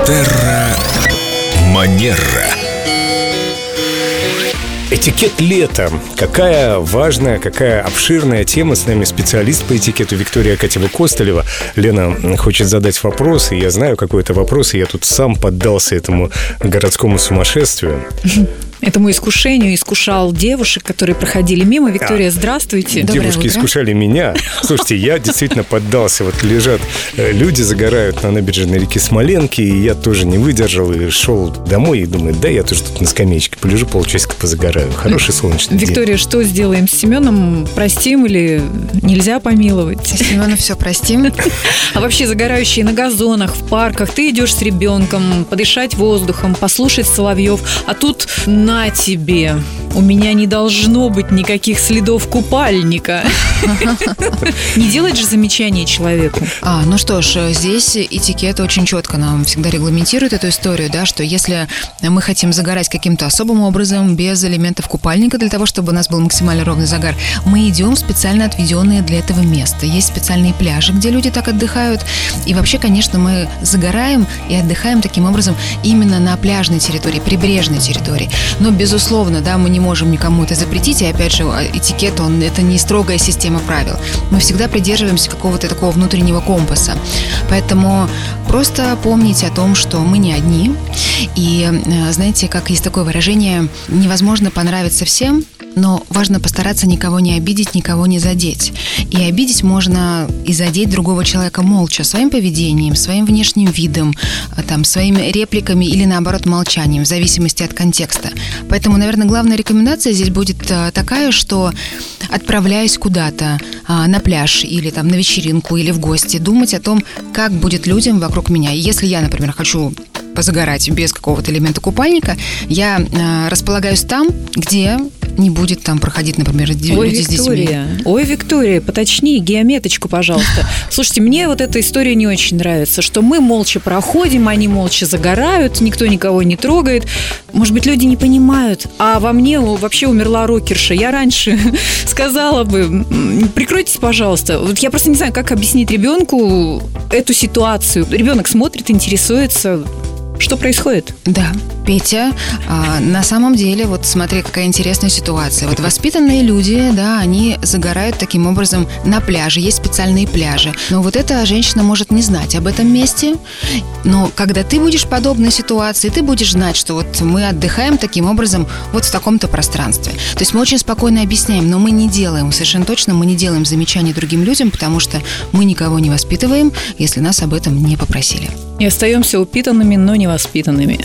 Терра Манера. Этикет лета. Какая важная, какая обширная тема. С нами специалист по этикету Виктория Катева-Костылева. Лена хочет задать вопрос, и я знаю какой-то вопрос, и я тут сам поддался этому городскому сумасшествию. Этому искушению искушал девушек, которые проходили мимо. Виктория, здравствуйте. Девушки искушали меня. Слушайте, я действительно поддался. Вот лежат люди, загорают на набережной реки Смоленки, и я тоже не выдержал и шел домой и думаю, да, я тоже тут на скамеечке полежу, полчасика позагораю. Хороший солнечный день. Виктория, что сделаем с Семеном? Простим или нельзя помиловать? Семену все простим. А вообще загорающие на газонах, в парках, ты идешь с ребенком, подышать воздухом, послушать соловьев, а тут на тебе, у меня не должно быть никаких следов купальника. Не делать же замечание человеку. Ну что ж, здесь этикет очень четко нам всегда регламентирует эту историю, да, что если мы хотим загорать каким-то особым образом, без элементов купальника, для того, чтобы у нас был максимально ровный загар, мы идем в специально отведенные для этого места. Есть специальные пляжи, где люди так отдыхают. И вообще, конечно, мы загораем и отдыхаем таким образом именно на пляжной территории, прибрежной территории. Но, безусловно, да, мы не можем никому это запретить. И, опять же, этикет, это не строгая система правил. Мы всегда придерживаемся какого-то такого внутреннего компаса. Поэтому просто помните о том, что мы не одни. И, знаете, как есть такое выражение, невозможно понравиться всем, но важно постараться никого не обидеть, никого не задеть. И обидеть можно и задеть другого человека молча, своим поведением, своим внешним видом, своими репликами или, наоборот, молчанием, в зависимости от контекста. Поэтому, наверное, главная рекомендация здесь будет такая, что, отправляясь куда-то на пляж или на вечеринку или в гости, думать о том, как будет людям вокруг меня. И если я, например, хочу позагорать без какого-то элемента купальника, я располагаюсь там, где не будет там проходить, например, люди с детьми. Ой, Виктория, поточнее геометочку, пожалуйста. Слушайте, мне вот эта история не очень нравится, что мы молча проходим, они молча загорают, никто никого не трогает. Может быть, люди не понимают, а во мне вообще умерла рокерша. Я раньше сказала бы, прикройтесь, пожалуйста. Вот я просто не знаю, как объяснить ребенку эту ситуацию. Ребенок смотрит, интересуется. Что происходит? Да, Петя, на самом деле, вот смотри, какая интересная ситуация. Вот воспитанные люди, да, они загорают таким образом на пляже. Есть специальные пляжи. Но вот эта женщина может не знать об этом месте. Но когда ты будешь в подобной ситуации, ты будешь знать, что вот мы отдыхаем таким образом вот в таком-то пространстве. То есть мы очень спокойно объясняем, но мы не делаем, совершенно точно мы не делаем замечаний другим людям, потому что мы никого не воспитываем, если нас об этом не попросили. И остаемся упитанными, но невоспитанными.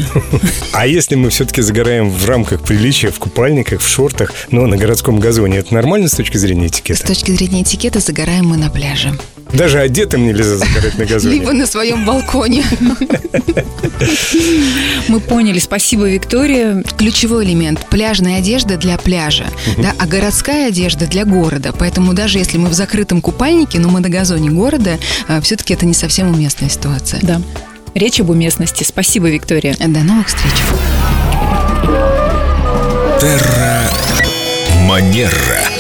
А если мы все-таки загораем в рамках приличия, в купальниках, в шортах, но на городском газоне, это нормально с точки зрения этикета? С точки зрения этикета загораем мы на пляже. Даже одетым нельзя загорать на газоне? Либо на своем балконе. Мы поняли. Спасибо, Виктория. Ключевой элемент – пляжная одежда для пляжа, да, а городская одежда для города. Поэтому даже если мы в закрытом купальнике, но мы на газоне города, все-таки это не совсем уместная ситуация. Да. Речь об уместности. Спасибо, Виктория. До новых встреч. Терра Манера.